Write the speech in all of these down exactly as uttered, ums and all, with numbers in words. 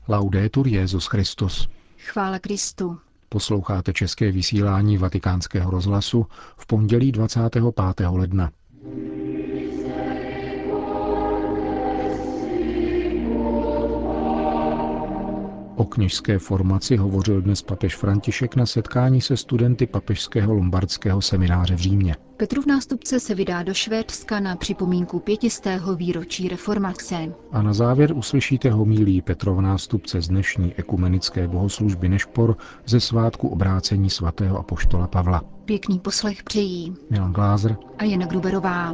Laudetur Jesus Christus. Chvála Kristu. Posloucháte české vysílání Vatikánského rozhlasu v pondělí dvacátého pátého ledna. O kněžské formaci hovořil dnes papež František na setkání se studenty papežského lombardského semináře v Římě. Petrův nástupce se vydá do Švédska na připomínku pětistého výročí reformace. A na závěr uslyšíte homílii Petrova nástupce z dnešní ekumenické bohoslužby Nešpor ze svátku obrácení svatého apoštola Pavla. Pěkný poslech přejí Milan Glázer a Jana Gruberová.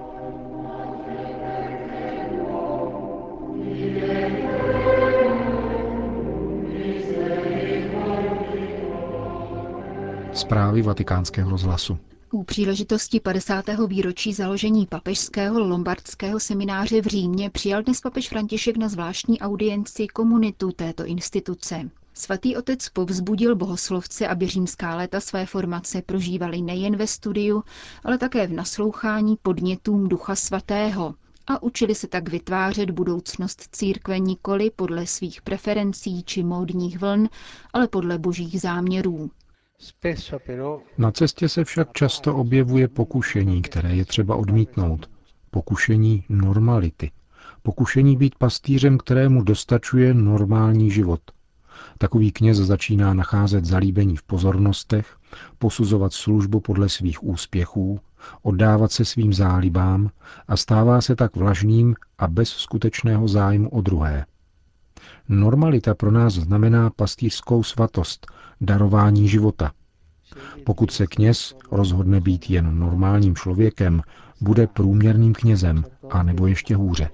Zprávy Vatikánského rozhlasu. U příležitosti padesátého výročí založení papežského lombardského semináře v Římě přijal dnes papež František na zvláštní audienci komunitu této instituce. Svatý otec povzbudil bohoslovce, aby římská léta své formace prožívali nejen ve studiu, ale také v naslouchání podnětům Ducha Svatého a učili se tak vytvářet budoucnost církve nikoli podle svých preferencí či módních vln, ale podle božích záměrů. Na cestě se však často objevuje pokušení, které je třeba odmítnout. Pokušení normality. Pokušení být pastýřem, kterému dostačuje normální život. Takový kněz začíná nacházet zalíbení v pozornostech, posuzovat službu podle svých úspěchů, oddávat se svým zálibám a stává se tak vlažným a bez skutečného zájmu o druhé. Normalita pro nás znamená pastýřskou svatost, darování života. Pokud se kněz rozhodne být jen normálním člověkem, bude průměrným knězem, a nebo ještě hůře.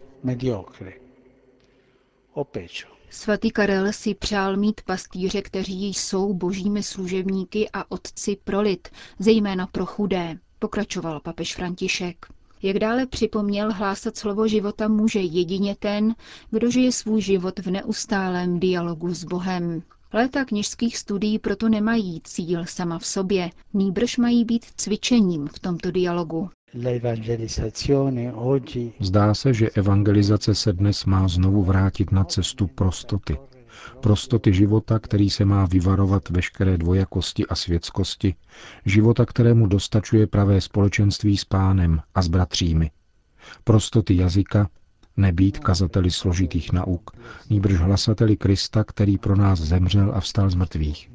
Svatý Karel si přál mít pastýře, kteří jsou božími služebníky a otci pro lid, zejména pro chudé, pokračoval papež František. Jak dále připomněl, hlásat slovo života může jedině ten, kdo žije svůj život v neustálém dialogu s Bohem. Léta kněžských studií proto nemají cíl sama v sobě, nýbrž mají být cvičením v tomto dialogu. Zdá se, že evangelizace se dnes má znovu vrátit na cestu prostoty. Prostoty života, který se má vyvarovat veškeré dvojakosti a světskosti, života, kterému dostačuje pravé společenství s Pánem a s bratřími. Prostoty jazyka, nebýt kazateli složitých nauk, nýbrž hlasateli Krista, který pro nás zemřel a vstal z mrtvých.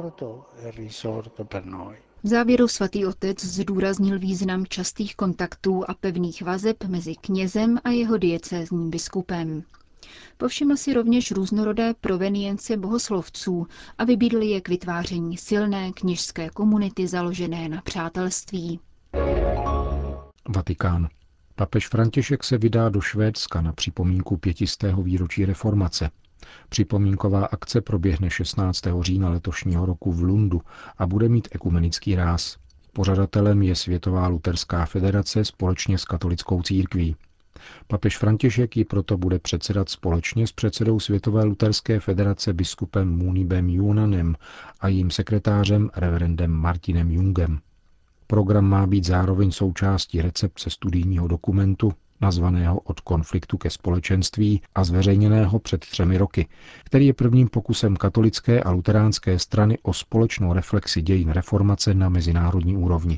V závěru svatý otec zdůraznil význam častých kontaktů a pevných vazeb mezi knězem a jeho diecézním biskupem. Povšiml si rovněž různorodé provenience bohoslovců a vybídl je k vytváření silné kněžské komunity založené na přátelství. Vatikán. Papež František se vydá do Švédska na připomínku pětistého výročí reformace. Připomínková akce proběhne šestnáctého října letošního roku v Lundu a bude mít ekumenický ráz. Pořadatelem je Světová luterská federace společně s katolickou církví. Papež František ji proto bude předsedat společně s předsedou Světové luterské federace biskupem Munibem Junanem a jejím sekretářem reverendem Martinem Jungem. Program má být zároveň součástí recepce studijního dokumentu, nazvaného Od konfliktu ke společenství a zveřejněného před třemi roky, který je prvním pokusem katolické a luteránské strany o společnou reflexi dějin reformace na mezinárodní úrovni.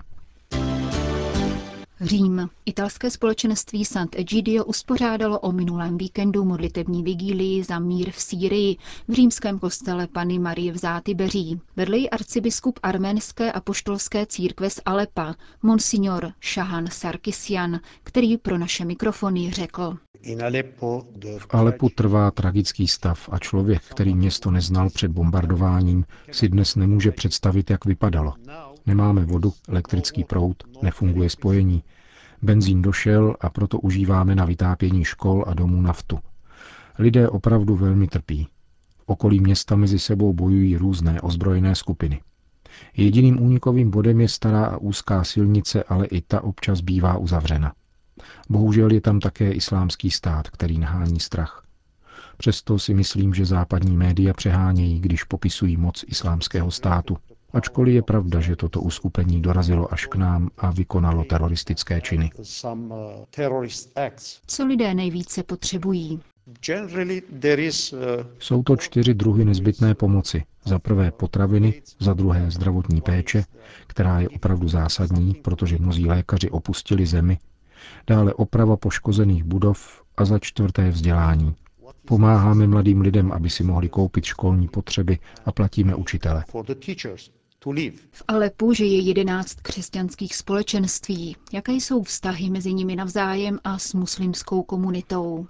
Řím. Italské společenství Sant'Egidio uspořádalo o minulém víkendu modlitební vigílii za mír v Sýrii v římském kostele Panny Marie v Zátybeří. Vedl ji arcibiskup arménské apoštolské církve z Alepa, monsignor Shahan Sarkisian, který pro naše mikrofony řekl. V Alepu trvá tragický stav a člověk, který město neznal před bombardováním, si dnes nemůže představit, jak vypadalo. Nemáme vodu, elektrický proud, nefunguje spojení. Benzín došel a proto užíváme na vytápění škol a domů naftu. Lidé opravdu velmi trpí. V okolí města mezi sebou bojují různé ozbrojené skupiny. Jediným únikovým bodem je stará a úzká silnice, ale i ta občas bývá uzavřena. Bohužel je tam také islámský stát, který nahání strach. Přesto si myslím, že západní média přehánějí, když popisují moc islámského státu. Ačkoliv je pravda, že toto uskupení dorazilo až k nám a vykonalo teroristické činy. Co lidé nejvíce potřebují? Jsou to čtyři druhy nezbytné pomoci. Za prvé potraviny, za druhé zdravotní péče, která je opravdu zásadní, protože mnozí lékaři opustili zemi, dále oprava poškozených budov a za čtvrté vzdělání. Pomáháme mladým lidem, aby si mohli koupit školní potřeby a platíme učitele. V Alepu žije jedenáct křesťanských společenství. Jaké jsou vztahy mezi nimi navzájem a s muslimskou komunitou?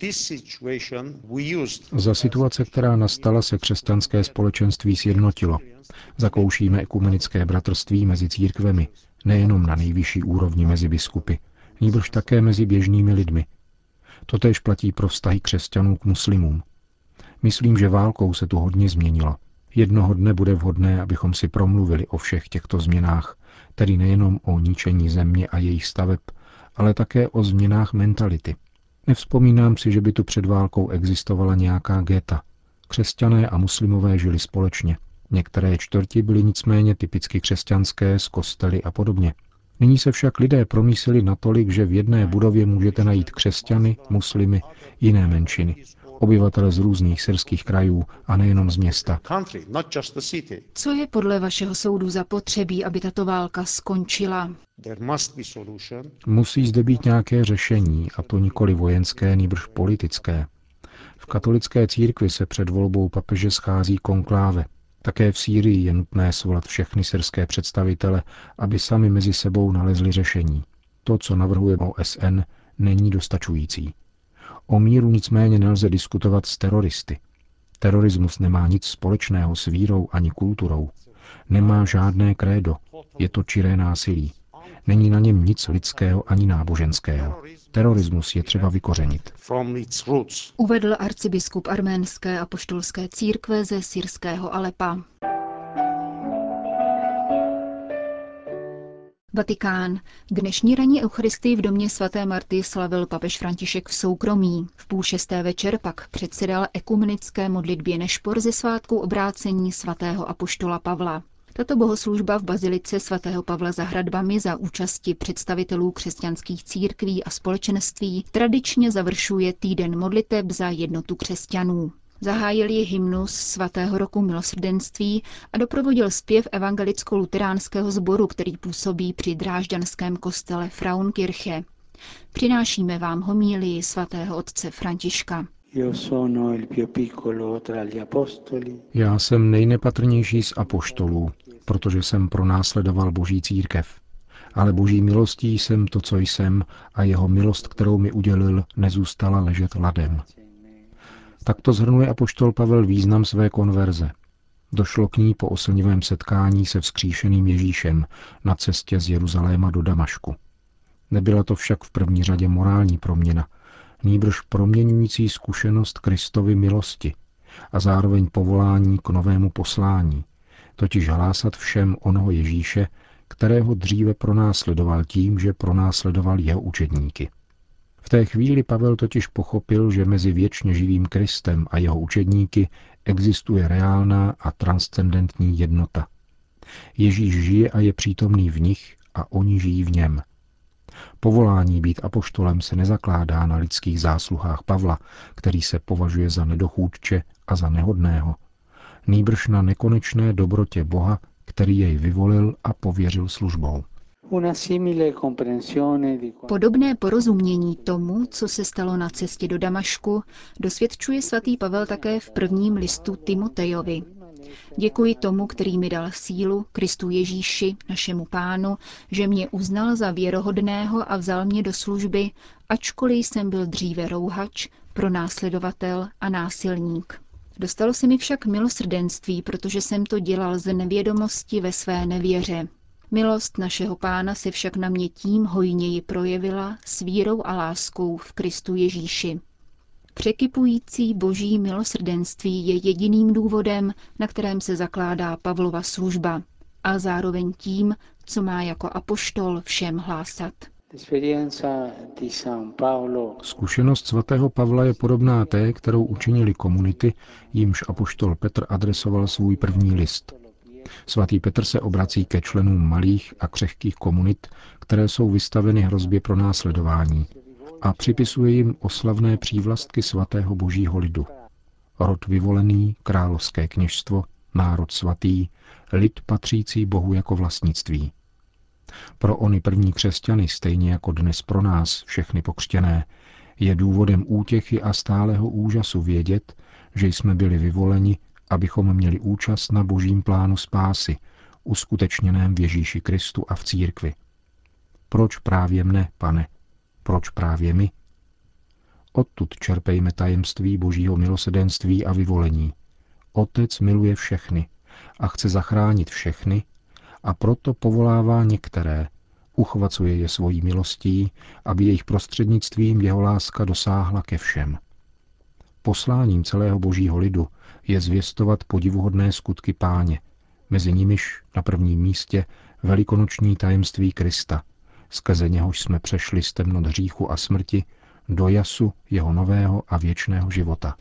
Za situace, která nastala, se křesťanské společenství sjednotilo. Zakoušíme ekumenické bratrství mezi církvemi, nejenom na nejvyšší úrovni mezi biskupy, nýbrž také mezi běžnými lidmi. Totéž platí pro vztahy křesťanů k muslimům. Myslím, že válkou se tu hodně změnilo. Jednoho dne bude vhodné, abychom si promluvili o všech těchto změnách, tedy nejenom o ničení země a jejich staveb, ale také o změnách mentality. Nevzpomínám si, že by tu před válkou existovala nějaká geta. Křesťané a muslimové žili společně. Některé čtvrti byly nicméně typicky křesťanské, s kostely a podobně. Nyní se však lidé promísili natolik, že v jedné budově můžete najít křesťany, muslimy, jiné menšiny, obyvatele z různých syrských krajů a nejenom z města. Co je podle vašeho soudu zapotřebí, aby tato válka skončila? Musí zde být nějaké řešení, a to nikoli vojenské, nýbrž politické. V katolické církvi se před volbou papeže schází konkláve. Také v Sýrii je nutné svolat všechny syrské představitele, aby sami mezi sebou nalezli řešení. To, co navrhuje O S N, není dostačující. O míru nicméně nelze diskutovat s teroristy. Terorismus nemá nic společného s vírou ani kulturou. Nemá žádné krédo. Je to čiré násilí. Není na něm nic lidského ani náboženského. Terorismus je třeba vykořenit. Uvedl arcibiskup arménské apoštolské církve ze syrského Alepa. Vatikán. Dnešní ranní eucharistii v domě svaté Marty slavil papež František v soukromí. V půl šesté večer pak předsedal ekumenické modlitbě nešpor ze svátku obrácení svatého apoštola Pavla. Tato bohoslužba v bazilice svatého Pavla za hradbami za účasti představitelů křesťanských církví a společenství tradičně završuje týden modliteb za jednotu křesťanů. Zahájil ji hymnus svatého roku milosrdenství a doprovodil zpěv evangelicko-luteránského sboru, který působí při drážďanském kostele Frauenkirche. Přinášíme vám homílii svatého otce Františka. Já jsem nejnepatrnější z apoštolů, protože jsem pronásledoval Boží církev. Ale Boží milostí jsem to, co jsem, a jeho milost, kterou mi udělil, nezůstala ležet ladem. Takto shrnuje apoštol Pavel význam své konverze. Došlo k ní po oslnivém setkání se vzkříšeným Ježíšem na cestě z Jeruzaléma do Damašku. Nebyla to však v první řadě morální proměna, nýbrž proměňující zkušenost Kristovy milosti a zároveň povolání k novému poslání, totiž hlásat všem onoho Ježíše, kterého dříve pronásledoval tím, že pronásledoval jeho učedníky. V té chvíli Pavel totiž pochopil, že mezi věčně živým Kristem a jeho učedníky existuje reálná a transcendentní jednota. Ježíš žije a je přítomný v nich a oni žijí v něm. Povolání být apoštolem se nezakládá na lidských zásluhách Pavla, který se považuje za nedochůdče a za nehodného, nýbrž na nekonečné dobrotě Boha, který jej vyvolil a pověřil službou. Podobné porozumění tomu, co se stalo na cestě do Damašku, dosvědčuje svatý Pavel také v prvním listu Timotejovi. Děkuji tomu, který mi dal sílu, Kristu Ježíši, našemu Pánu, že mě uznal za věrohodného a vzal mě do služby, ačkoliv jsem byl dříve rouhač, pronásledovatel a násilník. Dostalo se mi však milosrdenství, protože jsem to dělal z nevědomosti ve své nevěře. Milost našeho Pána se však na mě tím hojněji projevila s vírou a láskou v Kristu Ježíši. Překypující boží milosrdenství je jediným důvodem, na kterém se zakládá Pavlova služba a zároveň tím, co má jako apoštol všem hlásat. Zkušenost svatého Pavla je podobná té, kterou učinili komunity, jímž apoštol Petr adresoval svůj první list. Svatý Petr se obrací ke členům malých a křehkých komunit, které jsou vystaveny hrozbě pronásledování. a připisuje jim oslavné přívlastky svatého božího lidu. Rod vyvolený, královské kněžstvo, národ svatý, lid patřící Bohu jako vlastnictví. Pro ony první křesťany, stejně jako dnes pro nás, všechny pokřtěné, je důvodem útěchy a stálého úžasu vědět, že jsme byli vyvoleni, abychom měli účast na božím plánu spásy, uskutečněném v Ježíši Kristu a v církvi. Proč právě mne, Pane? Proč právě my? Odtud čerpejme tajemství božího milosedenství a vyvolení. Otec miluje všechny a chce zachránit všechny, a proto povolává některé, uchvacuje je svojí milostí, aby jejich prostřednictvím jeho láska dosáhla ke všem. Posláním celého božího lidu je zvěstovat podivuhodné skutky Páně, mezi nimiž na prvním místě velikonoční tajemství Krista, skrze něhož jsme přešli z temnot hříchu a smrti do jasu jeho nového a věčného života.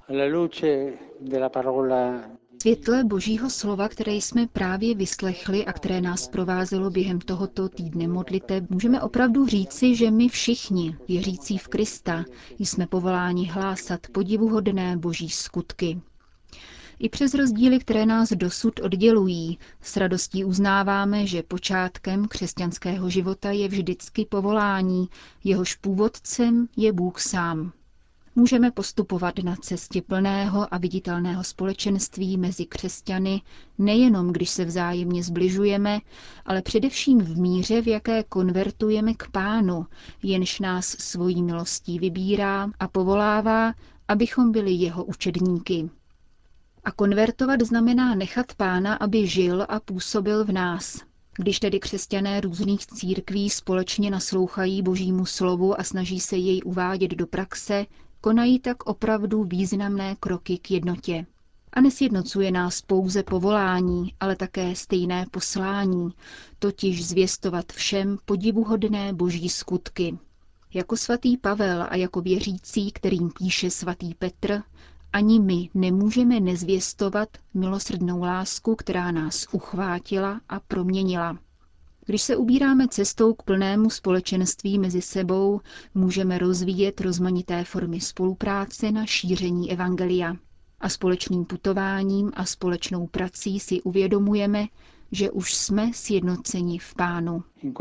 Světle božího slova, které jsme právě vyslechli a které nás provázelo během tohoto týdne modliteb, můžeme opravdu říci, že my všichni, věřící v Krista, jsme povoláni hlásat podivuhodné boží skutky. I přes rozdíly, které nás dosud oddělují, s radostí uznáváme, že počátkem křesťanského života je vždycky povolání, jehož původcem je Bůh sám. Můžeme postupovat na cestě plného a viditelného společenství mezi křesťany, nejenom když se vzájemně zbližujeme, ale především v míře, v jaké konvertujeme k Pánu, jenž nás svojí milostí vybírá a povolává, abychom byli jeho učedníky. A konvertovat znamená nechat Pána, aby žil a působil v nás. Když tedy křesťané různých církví společně naslouchají božímu slovu a snaží se jej uvádět do praxe, konají tak opravdu významné kroky k jednotě. A nesjednocuje nás pouze povolání, ale také stejné poslání, totiž zvěstovat všem podivuhodné boží skutky. Jako svatý Pavel a jako věřící, kterým píše svatý Petr, ani my nemůžeme nezvěstovat milosrdnou lásku, která nás uchvátila a proměnila. Když se ubíráme cestou k plnému společenství mezi sebou, můžeme rozvíjet rozmanité formy spolupráce na šíření evangelia. A společným putováním a společnou prací si uvědomujeme, že už jsme sjednoceni v Pánu.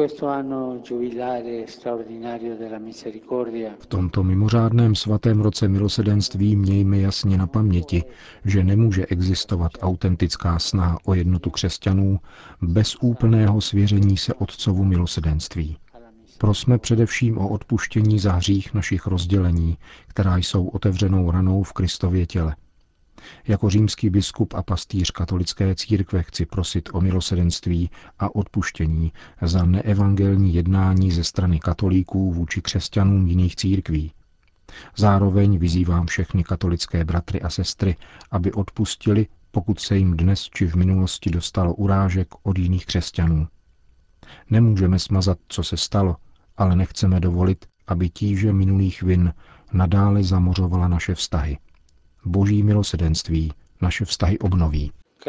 V tomto mimořádném svatém roce milosedenství mějme jasně na paměti, že nemůže existovat autentická snaha o jednotu křesťanů bez úplného svěření se Otcovu milosedenství. Prosme především o odpuštění za hřích našich rozdělení, která jsou otevřenou ranou v Kristově těle. Jako římský biskup a pastýř katolické církve chci prosit o milosedenství a odpuštění za neevangelní jednání ze strany katolíků vůči křesťanům jiných církví. Zároveň vyzývám všechny katolické bratry a sestry, aby odpustili, pokud se jim dnes či v minulosti dostalo urážek od jiných křesťanů. Nemůžeme smazat, co se stalo, ale nechceme dovolit, aby tíže minulých vin nadále zamořovala naše vztahy. Boží milosedenství naše vztahy obnoví.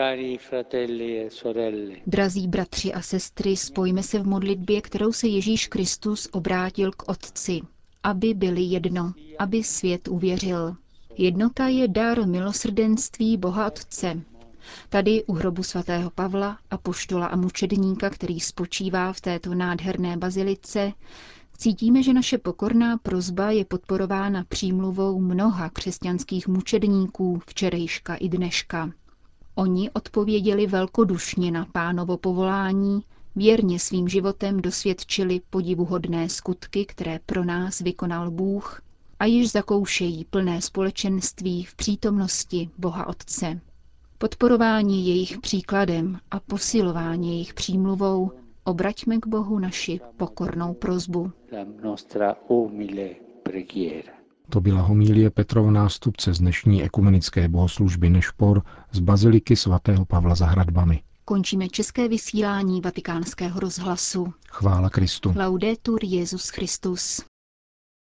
Drazí bratři a sestry, spojme se v modlitbě, kterou se Ježíš Kristus obrátil k Otci, aby byli jedno, aby svět uvěřil. Jednota je dar milosrdenství Boha Otce. Tady u hrobu svatého Pavla, apoštola a mučedníka, který spočívá v této nádherné bazilice, cítíme, že naše pokorná prosba je podporována přímluvou mnoha křesťanských mučedníků včerejška i dneška. Oni odpověděli velkodušně na Pánovo povolání, věrně svým životem dosvědčili podivuhodné skutky, které pro nás vykonal Bůh, a již zakoušejí plné společenství v přítomnosti Boha Otce. Podporování jejich příkladem a posilování jejich přímluvou obraťme k Bohu naši pokornou prosbu. To byla homilie Petrova nástupce z dnešní ekumenické bohoslužby Nešpor z baziliky svatého Pavla za hradbami. Končíme české vysílání Vatikánského rozhlasu. Chvála Kristu. Laudetur Jesus Christus.